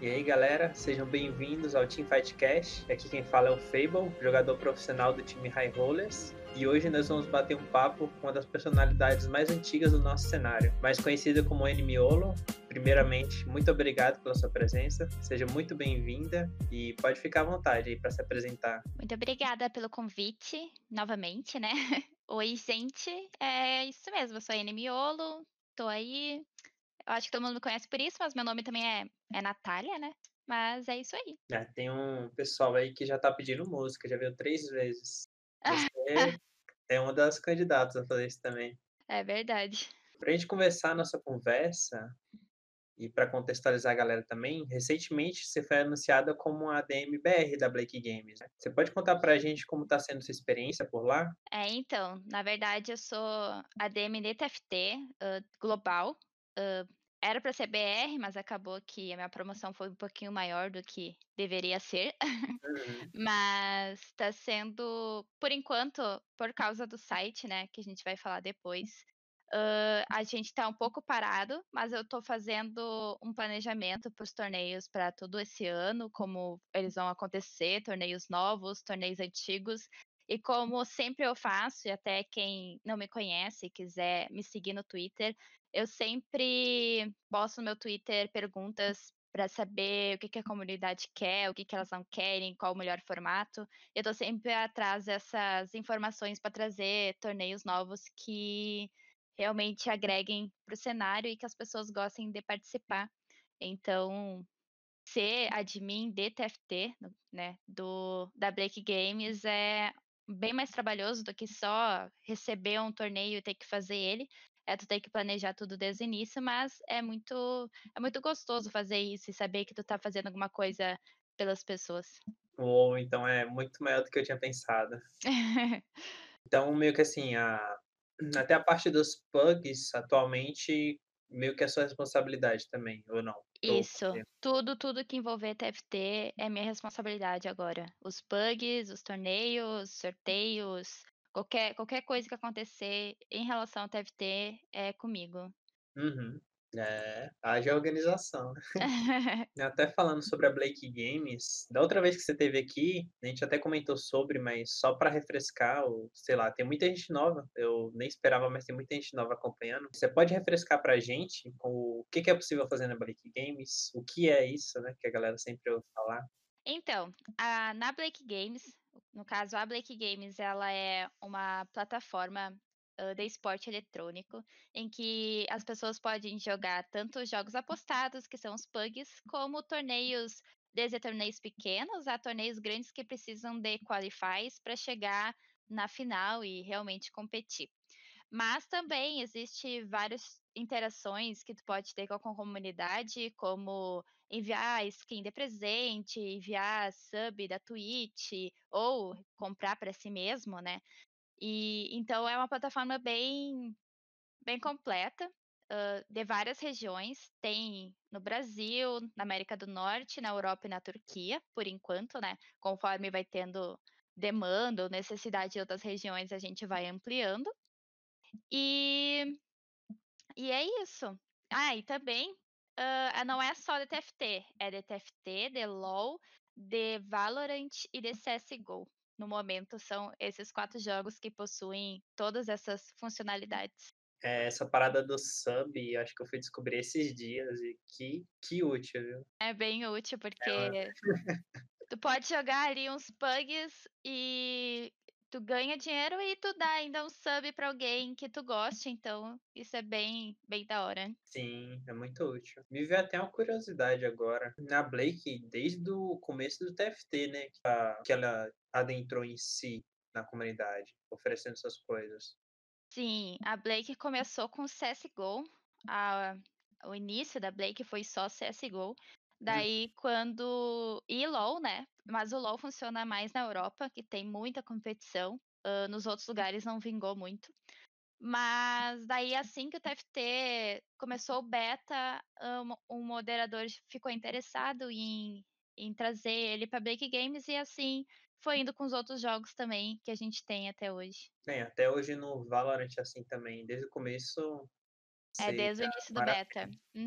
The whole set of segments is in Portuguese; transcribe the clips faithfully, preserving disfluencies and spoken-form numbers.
E aí, galera, sejam bem-vindos ao Teamfight Cast. Aqui quem fala é o Fable, jogador profissional do time High Rollers. E hoje nós vamos bater um papo com uma das personalidades mais antigas do nosso cenário, mais conhecida como N Miolo. Primeiramente, muito obrigado pela sua presença. Seja muito bem-vinda e pode ficar à vontade aí para se apresentar. Muito obrigada pelo convite, novamente, né. Oi, gente, é isso mesmo, eu sou a N Miolo, tô aí. Eu acho que todo mundo me conhece por isso, mas meu nome também é é Natália, né, mas é isso aí. É, tem um pessoal aí que já tá pedindo música, já veio três vezes. Você é uma das candidatas a fazer isso também. É verdade. Para a gente começar a nossa conversa, e para contextualizar a galera também, recentemente você foi anunciada como a A D M B R da Blake Games, né. Você pode contar pra gente como tá sendo sua experiência por lá? É, então, na verdade eu sou A D M de T F T, hã, global. Hã, era pra ser B R, mas acabou que a minha promoção foi um pouquinho maior do que deveria ser. Uhum. Mas tá sendo, por enquanto, por causa do site, né, que a gente vai falar depois, hã, a gente tá um pouco parado, mas eu tô fazendo um planejamento para os torneios para todo esse ano, como eles vão acontecer, torneios novos, torneios antigos. E como sempre eu faço, e até quem não me conhece e quiser me seguir no Twitter, eu sempre posto no meu Twitter perguntas para saber o que que a comunidade quer, o que que elas não querem, qual o melhor formato. Eu tô sempre atrás dessas informações para trazer torneios novos que realmente agreguem para o cenário e que as pessoas gostem de participar. Então, ser admin de T F T, no né, do da Blake Games é bem mais trabalhoso do que só receber um torneio e ter que fazer ele. É, tu tem que planejar tudo desde o início, mas é muito é muito gostoso fazer isso e saber que tu tá fazendo alguma coisa pelas pessoas. Ou então é muito maior do que eu tinha pensado. Então meio que assim, a até a parte dos pugs atualmente, meio que é sua responsabilidade também, ou não? Tô Isso, tudo, tudo que envolver T F T é minha responsabilidade agora. Os bugs, os torneios, sorteios, qualquer qualquer coisa que acontecer em relação ao T F T é comigo. Uhum. É, haja organização. Até falando sobre a Blake Games, da outra vez que você esteve aqui, a gente até comentou sobre, mas só para refrescar, ou sei lá, tem muita gente nova, eu nem esperava, mas tem muita gente nova acompanhando. Você pode refrescar pra gente com o que que é possível fazer na Blake Games? O que é isso, né, que a galera sempre ouve falar? Então, a na Blake Games, no caso a Blake Games, ela é uma plataforma, hã, de esporte eletrônico, em que as pessoas podem jogar tanto jogos apostados, que são os pugs, como torneios, desde torneios pequenos a torneios grandes que precisam de qualifies para chegar na final e realmente competir. Mas também existe várias interações que tu pode ter com a comunidade, como enviar skin de presente, enviar sub da Twitch ou comprar para si mesmo, né. E então é uma plataforma bem bem completa, hã, de várias regiões, tem no Brasil, na América do Norte, na Europa e na Turquia, por enquanto, né, conforme vai tendo demanda ou necessidade de outras regiões, a gente vai ampliando. E e é isso. Ah, e também, hã, não é só de T F T, é de T F T, de LOL, de Valorant e de C S G O. No momento são esses quatro jogos que possuem todas essas funcionalidades. É, essa parada do sub, acho que eu fui descobrir esses dias e que que útil, viu. É bem útil, É uma porque tu pode jogar ali uns pugs e tu ganha dinheiro e tu dá ainda um sub pra alguém que tu goste, então isso é bem bem da hora. sim, é muito útil. Me veio até uma curiosidade agora. Na Blake, desde o começo do T F T, né, que a que ela adentrou em si na comunidade, oferecendo essas coisas. Sim, a Blake começou com C S G O, a o início da Blake foi só C S G O, Hum, daí quando e LOL, né, mas o LOL funciona mais na Europa, que tem muita competição, hã, nos outros lugares não vingou muito. Mas daí assim que o T F T começou o beta, hã, mo um moderador ficou interessado em em trazer ele pra Blake Games e assim foi indo com os outros jogos também que a gente tem até hoje. tem, até hoje no Valorant é assim também, desde o começo É você desde o já início do mara beta. Uhum.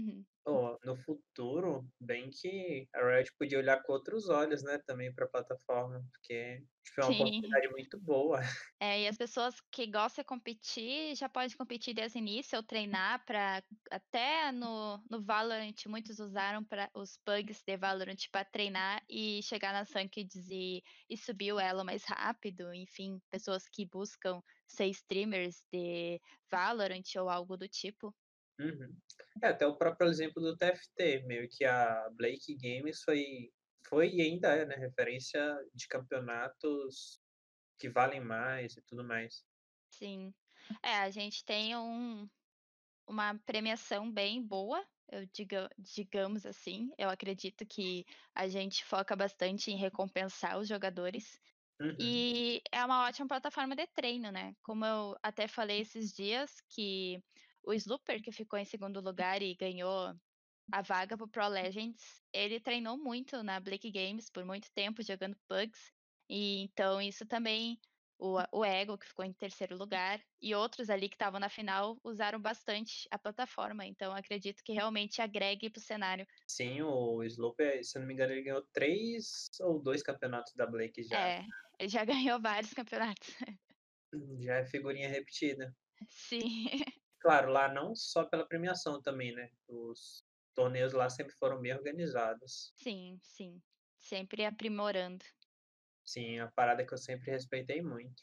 Ó, no futuro, bem que a Riot podia olhar com outros olhos, né, também pra plataforma, porque acho que é uma Sim. oportunidade muito boa. É, e as pessoas que gostam de competir, já pode competir desde o início ou treinar para até no no Valorant muitos usaram para os bugs de Valorant para treinar e chegar nas rankeds e e subir o elo mais rápido, enfim, pessoas que buscam ser streamers de Valorant ou algo do tipo. Uhum. É, até o próprio exemplo do T F T, meio que a Blake Games foi foi e ainda é, né, referência de campeonatos que valem mais e tudo mais. Sim. É, a gente tem um uma premiação bem boa, eu diga digamos assim. Eu acredito que a gente foca bastante em recompensar os jogadores, Uhum. e é uma ótima plataforma de treino, né. Como eu até falei esses dias que o Slooper, que ficou em segundo lugar e ganhou a vaga para o Pro Legends, ele treinou muito na Blake Games por muito tempo jogando Pugs, e então isso também o o Ego, que ficou em terceiro lugar, e outros ali que estavam na final, usaram bastante a plataforma, então acredito que realmente agregue para o cenário. Sim, o Sloper, se eu não me engano, ele ganhou três ou dois campeonatos da Blake já. É, ele já ganhou vários campeonatos. Hum, já é figurinha repetida. Sim, Claro, lá não só pela premiação também, né, os torneios lá sempre foram bem organizados. sim, sim, sempre aprimorando. Sim, é uma parada que eu sempre respeitei muito.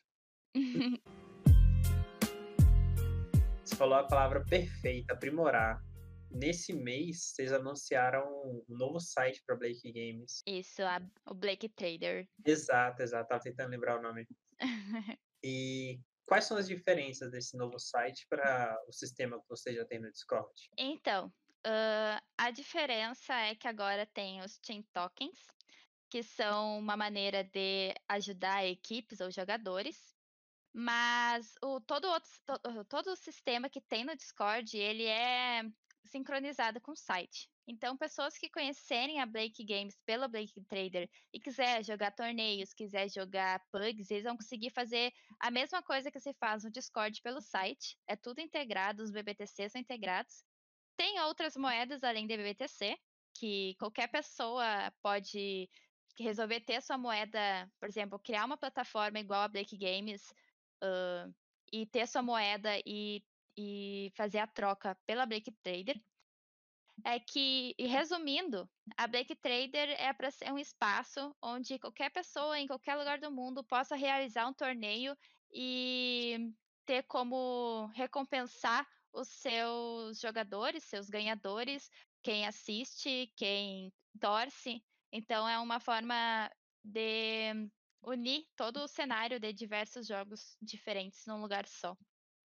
Você falou a palavra perfeita, aprimorar. Nesse mês, vocês anunciaram um novo site para Blake Games. Isso, a o Blake Trader. Exato, exato, estava tentando lembrar o nome. E quais são as diferenças desse novo site para o sistema que você já tem no Discord? Então, hã, a diferença é que agora tem os Team Tokens, que são uma maneira de ajudar equipes ou jogadores, mas o todo outro to uh, todo o sistema que tem no Discord, ele é sincronizado com o site. Então pessoas que conhecerem a Blake Games pela Blake Trader e quiser jogar torneios, quiser jogar pugs, eles vão conseguir fazer a mesma coisa que se faz no Discord pelo site, é tudo integrado, os B B T Cs são integrados. Tem outras moedas além de B B T C, que qualquer pessoa pode resolver ter sua moeda, por exemplo, criar uma plataforma igual a Blake Games, hã, e ter sua moeda e e fazer a troca pela Blake Trader. É que e resumindo, a Blake Trader é para ser um espaço onde qualquer pessoa em qualquer lugar do mundo possa realizar um torneio e ter como recompensar os seus jogadores, seus ganhadores, quem assiste, quem torce. Então é uma forma de unir todo o cenário de diversos jogos diferentes num lugar só.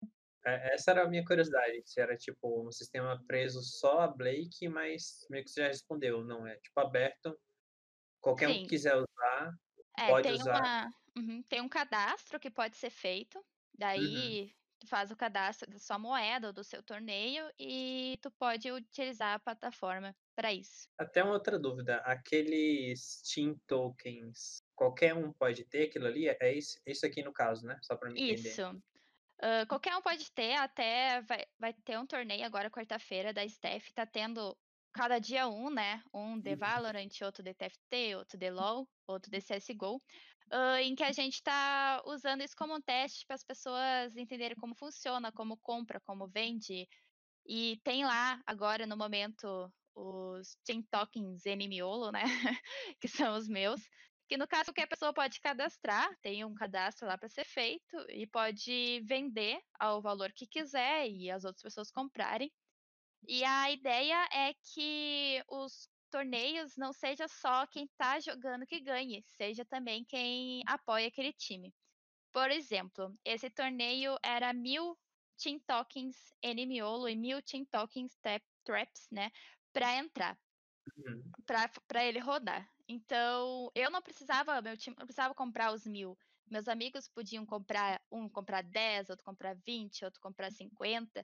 É, essa era a minha curiosidade, se era tipo um sistema preso só a Blake, mas meio que você já respondeu, não, é tipo aberto, qualquer um que Sim. quiser usar, É, pode tem usar. uma uhum, tem um cadastro que pode ser feito, Uhum. daí tu faz o cadastro da sua moeda ou do seu torneio e tu pode utilizar a plataforma para isso. Até uma outra dúvida, aqueles Team Tokens, qualquer um pode ter aquilo ali? É isso isso aqui no caso, né, só para me entender. Isso. Hã, qualquer um pode ter, até vai vai ter um torneio agora quarta-feira da Steph, tá tendo cada dia um, né, um de Uhum. Valorant, outro de T F T, outro de LoL, outro de C S G O, hã, em que a gente tá usando isso como um teste para as pessoas entenderem como funciona, como compra, como vende, e tem lá agora no momento os Team Tokens N Miolo, né, que são os meus, que no caso qualquer pessoa pode cadastrar, tem um cadastro lá para ser feito e pode vender ao valor que quiser e as outras pessoas comprarem. E a ideia é que os torneios não seja só quem está jogando que ganhe, seja também quem apoia aquele time. Por exemplo, esse torneio era mil Team Tokens N Miolo e mil Team Tokens Tap Traps, né, para entrar, Uhum. para pra ele rodar. Então, eu não precisava meu time não precisava comprar os mil. Meus amigos podiam comprar, um comprar dez, outro comprar vinte, outro comprar cinquenta,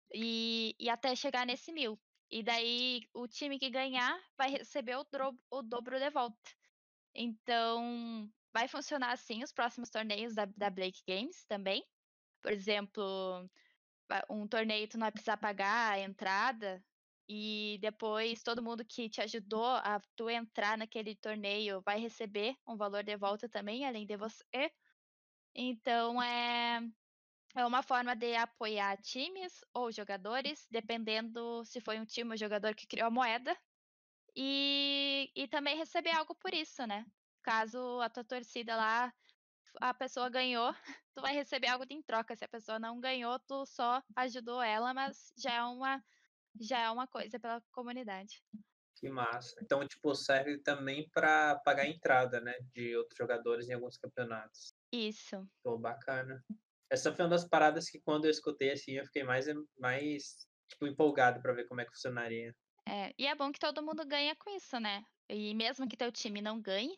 e e até chegar nesse mil. E daí o time que ganhar vai receber o dro o dobro de volta. Então, vai funcionar assim os próximos torneios da da Blake Games também. Por exemplo, va um torneio tu não vai precisar pagar a entrada, e depois todo mundo que te ajudou a tu entrar naquele torneio vai receber um valor de volta também, além de você. Então é é uma forma de apoiar times ou jogadores, dependendo se foi um time ou jogador que criou a moeda, e e também receber algo por isso, né. Caso a tua torcida lá, a pessoa ganhou, tu vai receber algo em troca, se a pessoa não ganhou, tu só ajudou ela, mas já é uma já é uma coisa pela comunidade. Que massa. Então, tipo, serve também para pagar a entrada, né, de outros jogadores em alguns campeonatos. Isso. Pô, bacana. Essa foi uma das paradas que quando eu escutei, assim, eu fiquei mais em mais, tipo, empolgado para ver como é que funcionaria. É, e é bom que todo mundo ganha com isso, né. E mesmo que teu time não ganhe,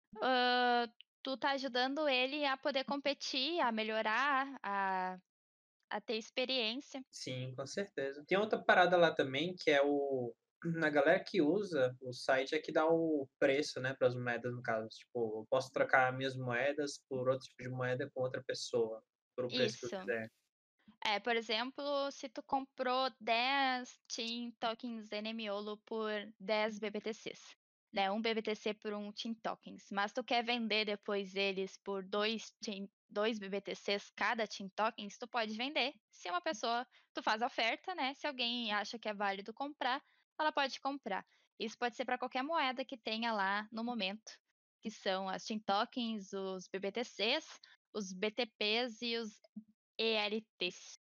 hã, tu tá ajudando ele a poder competir, a melhorar, a a ter experiência. Sim, com certeza. Tem outra parada lá também que é o a galera que usa o site é que dá o preço, né, para as moedas no caso, tipo, eu posso trocar minhas moedas por outro tipo de moeda com outra pessoa, por o preço que eu Isso. quiser. É, por exemplo, se tu comprou dez Team Tokens N M YOLO por dez B B T Cs, né, um B B T C por um Team Tokens, mas tu quer vender depois eles por dois Team dois B B T Cs cada Team Tokens, tu pode vender. Se uma pessoa tu faz a oferta, né, se alguém acha que é válido comprar, ela pode comprar. Isso pode ser para qualquer moeda que tenha lá no momento, que são as Team Tokens, os B B T Cs, os B T Ps e os E L Ts.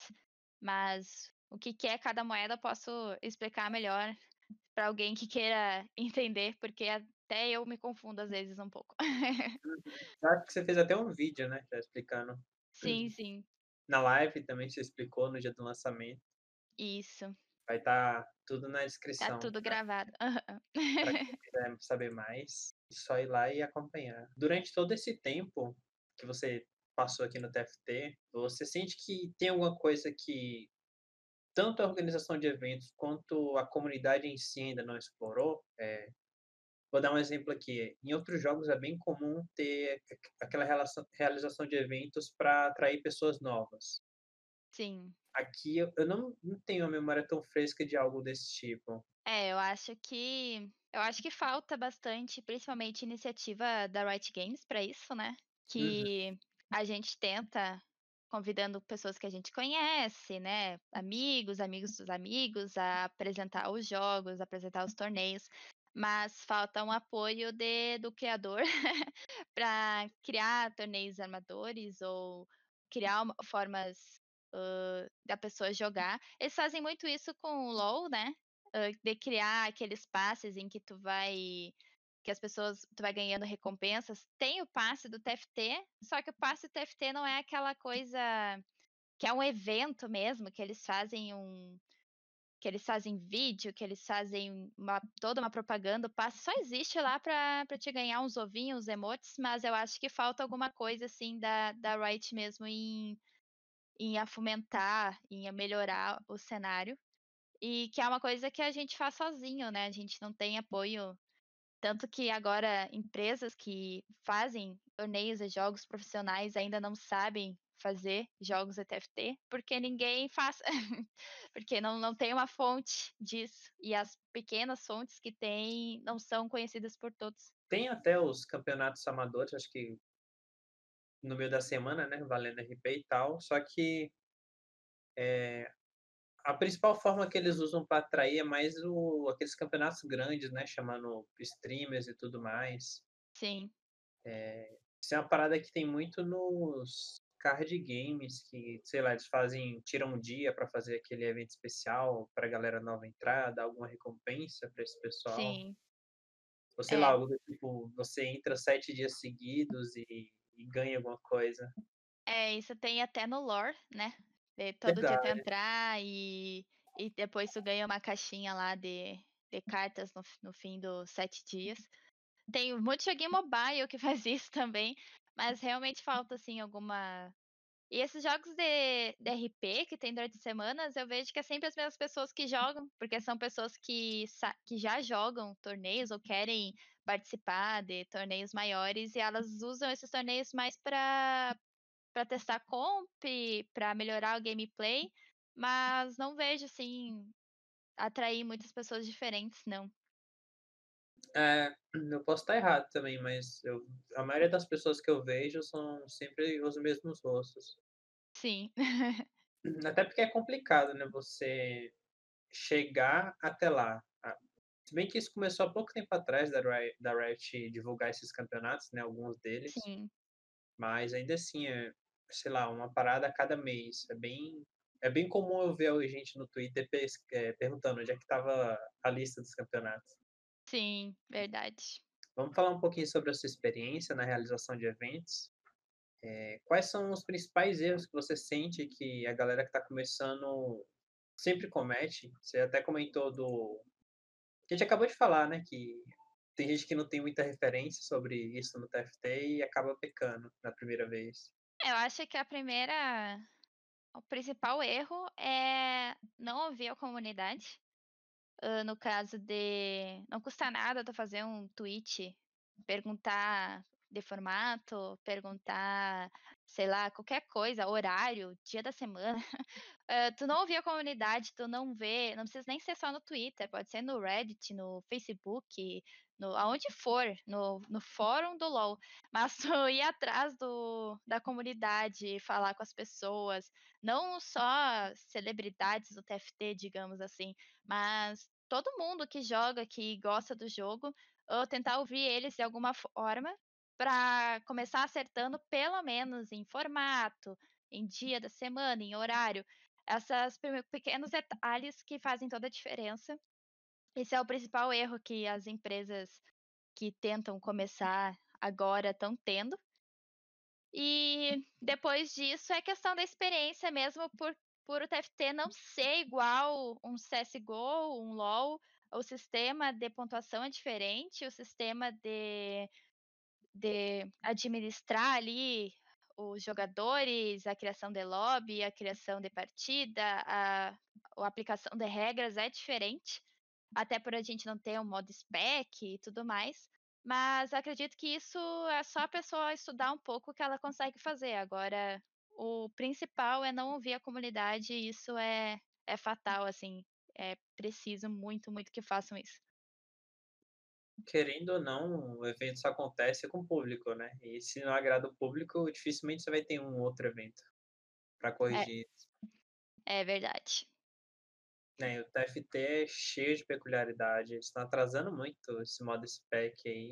Mas o que que é cada moeda eu posso explicar melhor para alguém que queira entender, porque até eu me confundo às vezes um pouco. Uhum. Eu acho que você fez até um vídeo, né, já explicando. Sim, sim. Na live também você explicou no dia do lançamento. Isso. Vai estar tudo na Tá descrição tudo pra gravado. Aham. pra quem quiser saber mais, é só ir lá e acompanhar. Durante todo esse tempo que você passou aqui no T F T, você sente que tem alguma coisa que tanto a organização de eventos quanto a comunidade em si ainda não explorou? Eh, vou dar um exemplo aqui, em outros jogos é bem comum ter a aquela relação realização de eventos para atrair pessoas novas. Sim. Aqui eu eu não não tenho a memória tão fresca de algo desse tipo. É, eu acho que eu acho que falta bastante, principalmente iniciativa da Riot Games para isso, né, Uhum. que a gente tenta convidando pessoas que a gente conhece, né, amigos, amigos dos amigos, a apresentar os jogos, apresentar os torneios, mas falta um apoio de do criador para criar torneios amadores ou criar uma formas, hã, da pessoa jogar. Eles fazem muito isso com o LOL, né, hã, de criar aqueles passes em que tu vai que as pessoas tu vai ganhando recompensas. Tem o passe do T F T, só que o passe do T F T não é aquela coisa que é um evento mesmo, que eles fazem um que eles fazem vídeo, que eles fazem uma toda uma propaganda, o passe só existe lá pra pra te ganhar uns ovinhos, uns emotes, mas eu acho que falta alguma coisa, assim, da da Riot mesmo em em a fomentar, em a melhorar o cenário, e que é uma coisa que a gente faz sozinho, né, a gente não tem apoio tanto que agora empresas que fazem torneios e jogos profissionais ainda não sabem fazer jogos de T F T, porque ninguém faz. Porque não não tem uma fonte disso, e as pequenas fontes que tem não são conhecidas por todos. Tem até os campeonatos amadores, acho que no meio da semana, né, valendo R P e tal, só que, eh, a principal forma que eles usam para atrair é mais o aqueles campeonatos grandes, né, chamando streamers e tudo mais. Sim, Eh, isso é uma parada que tem muito nos card games que, sei lá, eles fazem tiram um dia para fazer aquele evento especial pra galera nova entrar, dar alguma recompensa para esse pessoal. sim. Ou sei lá, É, algo do tipo, você entra sete dias seguidos e e ganha alguma coisa. é, isso tem até no lore, né, de todo dia tu Verdade. entrar e e depois tu ganha uma caixinha lá de de cartas no f no fim dos sete dias. Tem muito joguinho mobile que faz isso também, mas realmente falta, assim, alguma e esses jogos de de R P que tem durante semanas, eu vejo que é sempre as mesmas pessoas que jogam, porque são pessoas que sa que já jogam torneios ou querem participar de torneios maiores e elas usam esses torneios mais para para testar comp, para melhorar o gameplay, mas não vejo, assim, atrair muitas pessoas diferentes, não. É, eu posso estar errado também, mas eu a maioria das pessoas que eu vejo são sempre os mesmos rostos. Sim. Até porque é complicado, né, você chegar até lá. Ah, se bem que isso começou há pouco tempo atrás da Riot da Riot divulgar esses campeonatos, né, alguns deles, Sim, mas ainda assim é, sei lá, uma parada a cada mês. É bem é bem comum eu ver hoje gente no Twitter pes eh, perguntando onde é que estava a lista dos campeonatos. sim, verdade. Vamos falar um pouquinho sobre a sua experiência na realização de eventos? Eh, quais são os principais erros que você sente que a galera que está começando sempre comete? Você até comentou do que a gente acabou de falar, né, que tem gente que não tem muita referência sobre isso no T F T e acaba pecando na primeira vez. Eu acho que a primeira o principal erro é não ouvir a comunidade. Hã, no caso de não custa nada tu fazer um tweet, perguntar de formato, perguntar, sei lá, qualquer coisa, horário, dia da semana. Hã, tu não ouvir a comunidade, tu não vê não precisa nem ser só no Twitter, pode ser no Reddit, no Facebook, no aonde for, no no fórum do LOL, mas tu ir atrás do da comunidade, falar com as pessoas, não só celebridades do T F T, digamos assim, mas todo mundo que joga, que gosta do jogo, ou tentar ouvir eles de alguma forma, para começar acertando pelo menos em formato, em dia da semana, em horário. Essas pe pequenos detalhes que fazem toda a diferença. Esse é o principal erro que as empresas que tentam começar agora estão tendo. E depois disso é questão da experiência mesmo por por o T F T não ser igual um C S G O, um LOL, o sistema de pontuação é diferente, o sistema de de administrar ali os jogadores, a criação de lobby, a criação de partida, a a aplicação de regras é diferente, até por a gente não ter um modo spec e tudo mais, mas acredito que isso é só a pessoa estudar um pouco que ela consegue fazer, agora o principal é não ouvir a comunidade e isso é é fatal, assim, é preciso muito, muito que façam isso. Querendo ou não, o evento só acontece com o público, né, e se não agrada o público, dificilmente você vai ter um outro evento para É, corrigir isso, é verdade. né, e o T F T é cheio de peculiaridade, eles estão atrasando muito esse modo spec aí,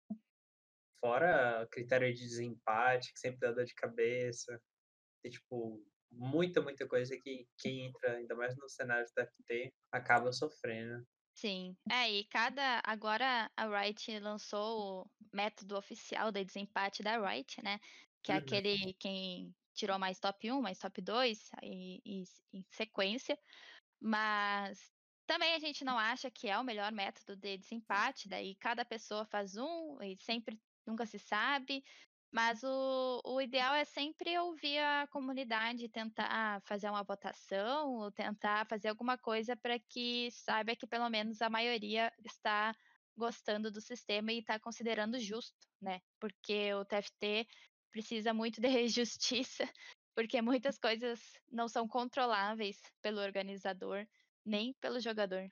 fora critério de desempate, que sempre dá dor de cabeça. E, tipo, muita, muita coisa que quem entra, ainda mais no cenário de T F T, acaba sofrendo. Sim. É, e cada agora a Riot lançou o método oficial de desempate da Riot, né, que é Uhum. aquele quem tirou mais top um, mais top dois, e e em sequência, mas também a gente não acha que é o melhor método de desempate, daí cada pessoa faz um e sempre nunca se sabe, mas o o ideal é sempre ouvir a comunidade, tentar fazer uma votação ou tentar fazer alguma coisa para que saiba que pelo menos a maioria está gostando do sistema e está considerando justo, né, porque o T F T precisa muito de justiça, porque muitas coisas não são controláveis pelo organizador, nem pelo jogador.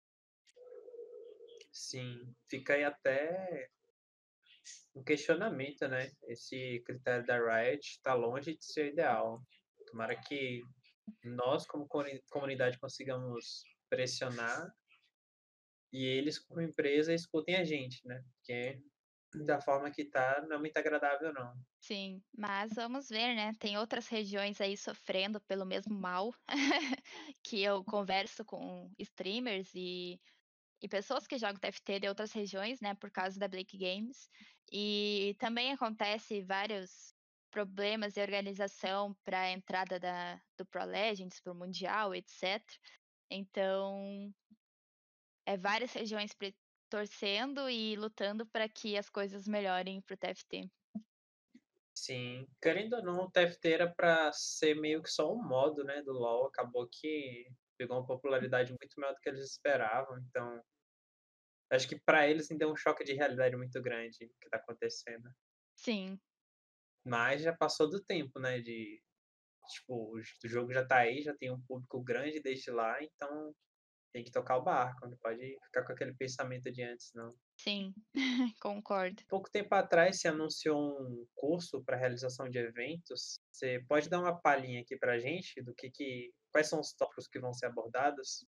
Sim, fica aí até um questionamento, né, esse critério da Riot está longe de ser ideal. Tomara que nós, como comuni comunidade, consigamos pressionar e eles, como empresa, escutem a gente, né, porque da forma que tá, não é muito agradável não. Sim, mas vamos ver, né, tem outras regiões aí sofrendo pelo mesmo mal, que eu converso com streamers e e pessoas que jogam T F T de outras regiões, né, por causa da Blake Games, e também acontece vários problemas de organização para a entrada da do Pro Legends, para o mundial, etcétera. Então, é várias regiões pre torcendo e lutando para que as coisas melhorem para o T F T. Sim, querendo ou não, o T F T era pra ser meio que só um modo, né, do LoL, acabou que pegou uma popularidade muito maior do que eles esperavam, então acho que pra eles ainda é um choque de realidade muito grande o que tá acontecendo. Sim, Mas já passou do tempo, né, de tipo, o j o jogo já tá aí, já tem um público grande desde lá, então tem que tocar o barco, não pode ficar com aquele pensamento de antes não. Sim, concordo. Pouco tempo atrás se anunciou um curso para realização de eventos, você pode dar uma palhinha aqui pra gente do que que quais são os tópicos que vão ser abordados?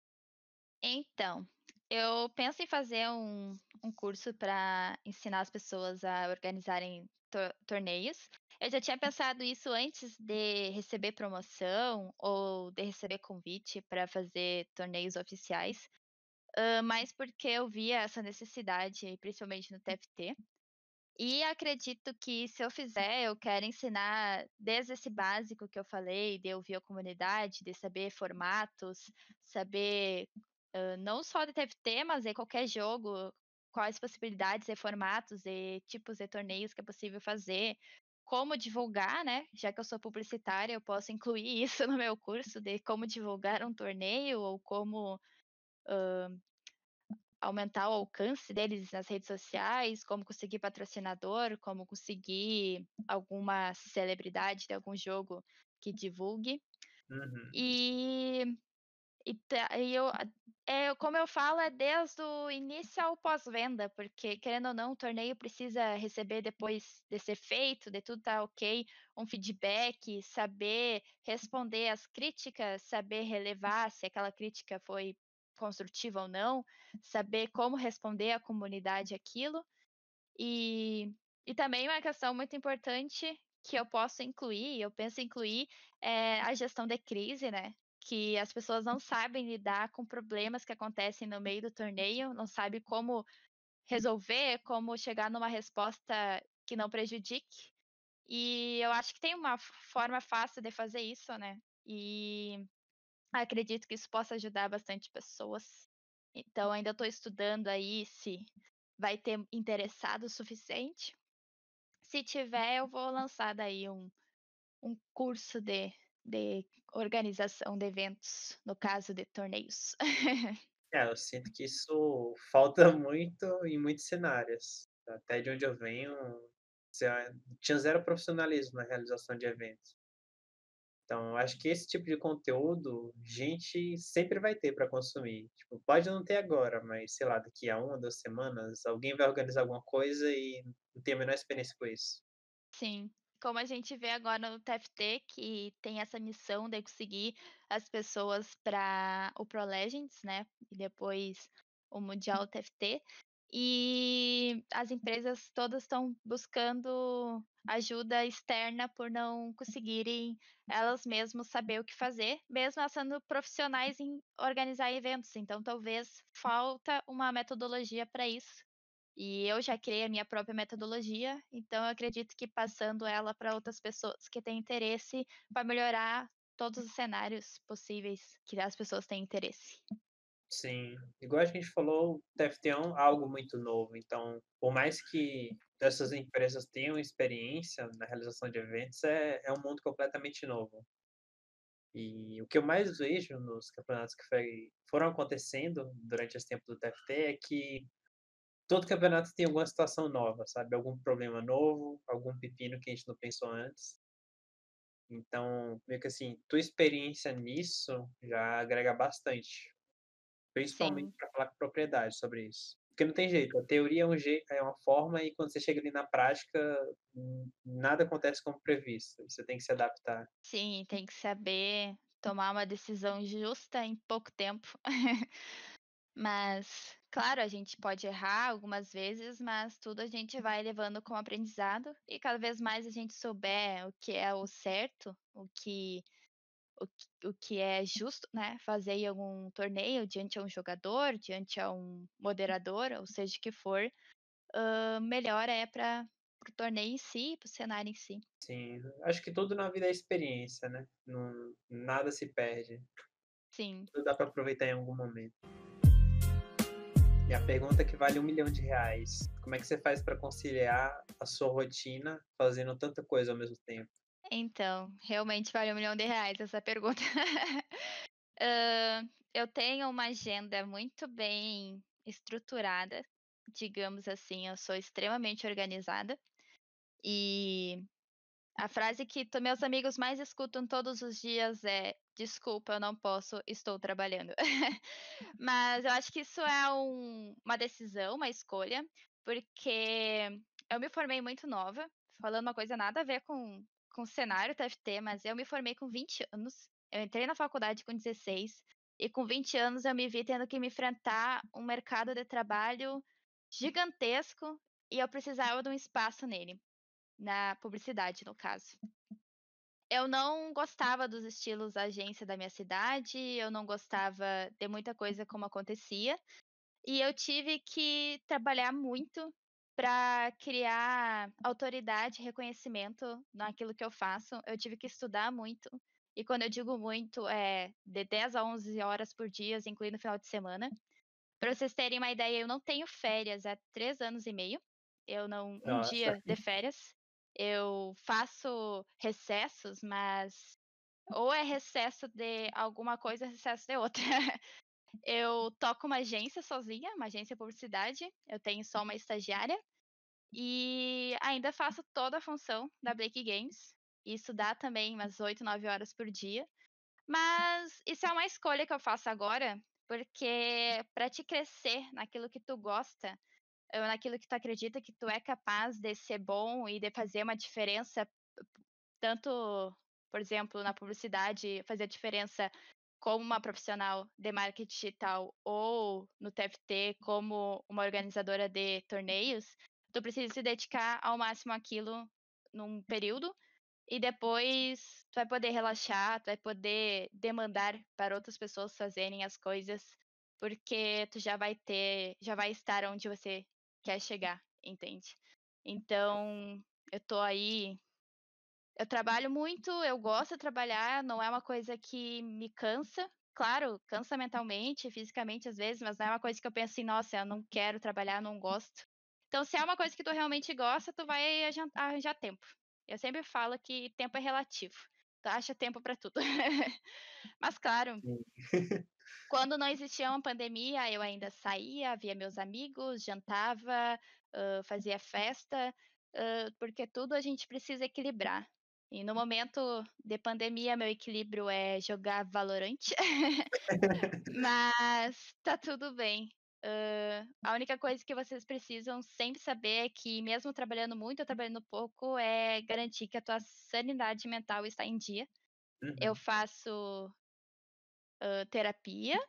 Então, eu penso em fazer um um curso para ensinar as pessoas a organizarem to torneios. Eu já tinha pensado isso antes de receber promoção ou de receber convite para fazer torneios oficiais, hã, mais porque eu via essa necessidade, principalmente no T F T. E acredito que se eu fizer, eu quero ensinar desde esse básico que eu falei, de ouvir a comunidade, de saber formatos, saber, hã, não só de T F T, mas em qualquer jogo, quais possibilidades e formatos e tipos de torneios que é possível fazer, como divulgar, né, já que eu sou publicitária, eu posso incluir isso no meu curso de como divulgar um torneio ou como, aumentar o alcance deles nas redes sociais, como conseguir patrocinador, como conseguir alguma celebridade de algum jogo que divulgue. Uhum. E e ta e eu é, como eu falo, é desde o início ao pós-venda, porque querendo ou não, o torneio precisa receber depois de ser feito, de tudo estar ok, um feedback, saber responder às críticas, saber relevar se aquela crítica foi construtiva ou não, saber como responder à comunidade aquilo. E e também uma questão muito importante que eu posso incluir, eu penso em incluir, é a gestão de crise, né, que as pessoas não sabem lidar com problemas que acontecem no meio do torneio, não sabe como resolver, como chegar numa resposta que não prejudique. E eu acho que tem uma f forma fácil de fazer isso, né, e acredito que isso possa ajudar bastante pessoas. Então ainda estou estudando aí se vai ter interessado o suficiente. Se tiver, eu vou lançar daí um um curso de de organização de eventos, no caso de torneios. É, eu sinto que isso falta muito em muitos cenários. Até de onde eu venho, você tinha zero profissionalismo na realização de eventos. Então, eu acho que esse tipo de conteúdo, gente sempre vai ter para consumir. Tipo, pode não ter agora, mas sei lá, daqui a uma, duas semanas, alguém vai organizar alguma coisa e não tem a menor experiência com isso. Sim, como a gente vê agora no T F T que tem essa missão de conseguir as pessoas para o Pro Legends, né, e depois o Mundial T F T, e as empresas todas estão buscando ajuda externa por não conseguirem elas mesmas saber o que fazer, mesmo elas sendo profissionais em organizar eventos, então talvez falta uma metodologia para isso. E eu já criei a minha própria metodologia, então eu acredito que passando ela para outras pessoas que têm interesse, vai melhorar todos os cenários possíveis que as pessoas têm interesse. Sim, igual a gente falou, o T F T é um algo muito novo, então, por mais que essas empresas tenham experiência na realização de eventos, é é um mundo completamente novo. E o que eu mais vejo nos campeonatos que foi foram acontecendo durante esse tempo do T F T é que todo campeonato tem alguma situação nova, sabe, algum problema novo, algum pepino que a gente não pensou antes. Então, meio que assim, tua experiência nisso já agrega bastante. Principalmente Sim, para falar com propriedade sobre isso. Porque não tem jeito, a teoria é um jei é uma forma e quando você chega ali na prática, n nada acontece como previsto, você tem que se adaptar. sim, tem que saber tomar uma decisão justa em pouco tempo. Mas, claro, a gente pode errar algumas vezes, mas tudo a gente vai levando como aprendizado e cada vez mais a gente souber o que é o certo, o que o que o que é justo, né, fazer em algum torneio diante a um jogador, diante a um moderador, ou seja o que for, hã, melhor é para para o torneio em si, para o cenário em si. Sim, acho que tudo na vida é experiência, né, não nada se perde, Sim. tudo dá para aproveitar em algum momento. E a pergunta que vale um milhão de reais, como é que você faz para conciliar a sua rotina fazendo tanta coisa ao mesmo tempo? Então, realmente vale um milhão de reais essa pergunta. Hã, eu tenho uma agenda muito bem estruturada, digamos assim, eu sou extremamente organizada, e A frase que to meus amigos mais escutam todos os dias é: "Desculpa, eu não posso, estou trabalhando". Mas eu acho que isso é um uma decisão, uma escolha, porque eu me formei muito nova, falando uma coisa nada a ver com com o cenário T F T, mas eu me formei com vinte anos, eu entrei na faculdade com dezesseis, e com vinte anos eu me vi tendo que me enfrentar um mercado de trabalho gigantesco, e eu precisava de um espaço nele, na publicidade, no caso. Eu não gostava dos estilos agência da minha cidade, eu não gostava de muita coisa como acontecia, e eu tive que trabalhar muito para criar autoridade e reconhecimento naquilo que eu faço. Eu tive que estudar muito, e quando eu digo muito, é de dez a onze horas por dia, incluindo final de semana. Para vocês terem uma ideia, eu não tenho férias há três anos e meio, eu não um Nossa. dia de férias. Eu faço recessos, mas ou é recesso de alguma coisa, ou recesso de outra. Eu toco uma agência sozinha, uma agência de publicidade, eu tenho só uma estagiária, e ainda faço toda a função da Blake Games. Isso dá também umas oito, nove horas por dia. Mas isso é uma escolha que eu faço agora, porque para te crescer naquilo que tu gosta, ou naquilo que tu acredita que tu é capaz de ser bom e de fazer uma diferença, tanto, por exemplo, na publicidade, fazer a diferença como uma profissional de marketing digital ou no T F T como uma organizadora de torneios, tu precisa se dedicar ao máximo àquilo num período, e depois tu vai poder relaxar, tu vai poder demandar para outras pessoas fazerem as coisas, porque tu já vai ter já vai estar onde você quer chegar, entende. Então, eu tô aí eu trabalho muito, eu gosto de trabalhar, não é uma coisa que me cansa. Claro, cansa mentalmente, fisicamente às vezes, mas não é uma coisa que eu penso assim: "Nossa, eu não quero trabalhar, não gosto". Então, se é uma coisa que tu realmente gosta, tu vai ajan arranjar tempo. Eu sempre falo que tempo é relativo, tu acha tempo pra tudo. Mas claro, Sim. quando não existia uma pandemia, eu ainda saía, via meus amigos, jantava, hã, fazia festa, hã, porque tudo a gente precisa equilibrar. E no momento de pandemia, meu equilíbrio é jogar Valorant, mas tá tudo bem. Hã, a única coisa que vocês precisam sempre saber é que mesmo trabalhando muito ou trabalhando pouco, é garantir que a tua sanidade mental está em dia. Eu Uhum. faço hã, terapia,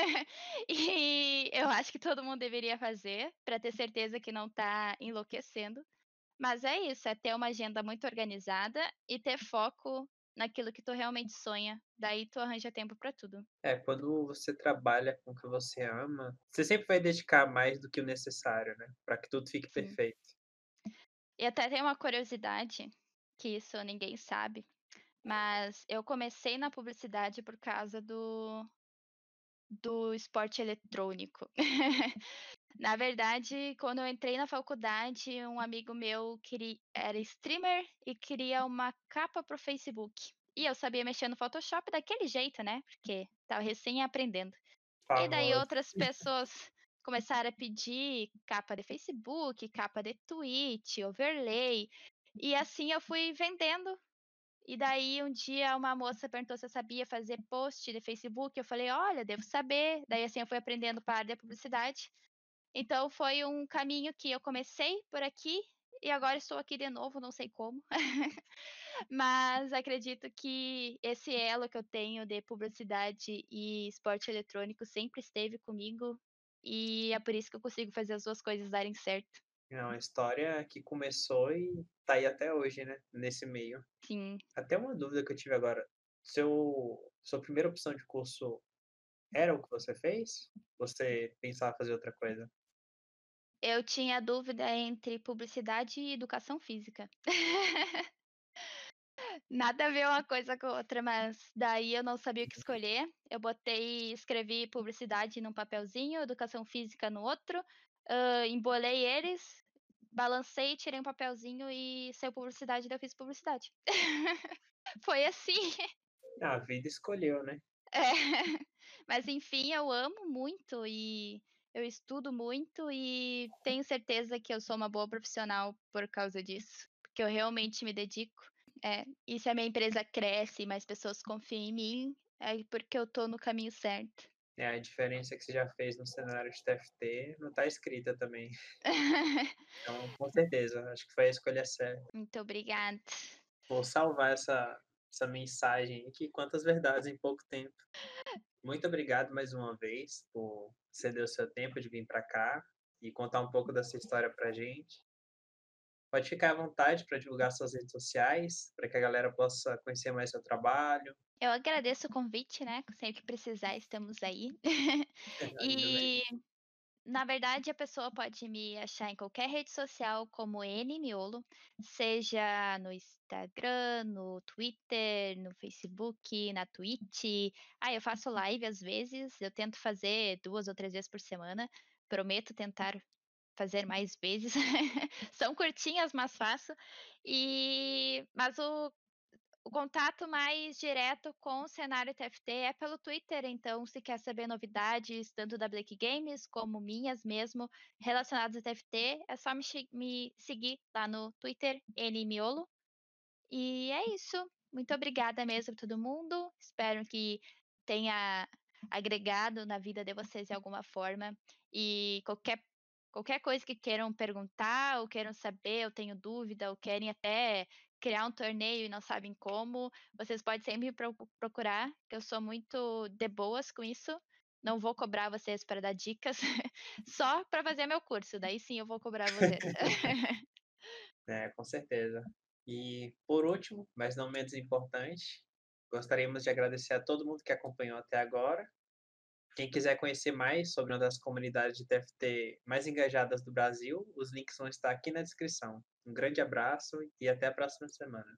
e eu acho que todo mundo deveria fazer, para ter certeza que não tá enlouquecendo. Mas é isso, é ter uma agenda muito organizada e ter foco naquilo que tu realmente sonha, daí tu arranja tempo para tudo. É, quando você trabalha com o que você ama, você sempre vai dedicar mais do que o necessário, né, para que tudo fique Sim. perfeito. E até tem uma curiosidade, que isso ninguém sabe, mas eu comecei na publicidade por causa do do esporte eletrônico. Na verdade, quando eu entrei na faculdade, um amigo meu queri era streamer e queria uma capa para o Facebook. E eu sabia mexer no Photoshop daquele jeito, né, porque estava recém aprendendo. E daí Famoso. outras pessoas começaram a pedir capa de Facebook, capa de Twitch, overlay, e assim eu fui vendendo. E daí um dia uma moça perguntou se eu sabia fazer post de Facebook, eu falei: "Olha, devo saber". Daí assim eu fui aprendendo para a área da publicidade. Então foi um caminho que eu comecei por aqui, e agora estou aqui de novo, não sei como. Mas acredito que esse elo que eu tenho de publicidade e esporte eletrônico sempre esteve comigo, e é por isso que eu consigo fazer as duas coisas darem certo. É uma história que começou e tá aí até hoje, né, nesse meio. Sim. Até uma dúvida que eu tive agora, seu sua primeira opção de curso era o que você fez? Você pensava fazer outra coisa? Eu tinha dúvida entre publicidade e educação física. Nada a ver uma coisa com a outra, mas daí eu não sabia o que escolher. Eu botei escrevi publicidade num papelzinho, educação física no outro, hã, embolei eles, balancei, tirei um papelzinho e saiu publicidade, daí eu fiz publicidade. Foi assim. Ah, a vida escolheu, né. É. Mas enfim, eu amo muito e eu estudo muito e tenho certeza que eu sou uma boa profissional por causa disso, porque eu realmente me dedico. É, e se a minha empresa cresce e mais pessoas confiam em mim, é porque eu estou no caminho certo. É, a diferença que você já fez no cenário de TFT não está escrita também. Então, com certeza, acho que foi a escolha certa. Muito obrigada. Vou salvar essa essa mensagem aqui, quantas verdades em pouco tempo. Muito obrigado mais uma vez por ceder o seu tempo de vir pra cá e contar um pouco da sua história pra gente. Pode ficar à vontade pra divulgar suas redes sociais, pra que a galera possa conhecer mais seu trabalho. Eu agradeço o convite, né, sempre que precisar estamos aí. Ainda bem. E, na verdade a pessoa pode me achar em qualquer rede social como N Miolo, seja no Instagram, no Twitter, no Facebook, na Twitch. Ah, eu faço live às vezes, eu tento fazer duas ou três vezes por semana, prometo tentar fazer mais vezes. São curtinhas, mas faço. E mas o o contato mais direto com o cenário TFT é pelo Twitter, então se quer saber novidades tanto da Blake Games como minhas mesmo, relacionadas a TFT, é só me che me seguir lá no Twitter, N Miolo. E é isso, muito obrigada mesmo todo mundo, espero que tenha agregado na vida de vocês de alguma forma, e qualquer qualquer coisa que queiram perguntar ou queiram saber ou tenham dúvida ou querem até criar um torneio e não sabem como, vocês podem sempre me pro procurar, que eu sou muito de boas com isso, não vou cobrar vocês para dar dicas, só para fazer meu curso, daí sim eu vou cobrar vocês. É, com certeza. E, por último, mas não menos importante, gostaríamos de agradecer a todo mundo que acompanhou até agora. Quem quiser conhecer mais sobre uma das comunidades de TFT mais engajadas do Brasil, os links vão estar aqui na descrição. Um grande abraço e até a próxima semana.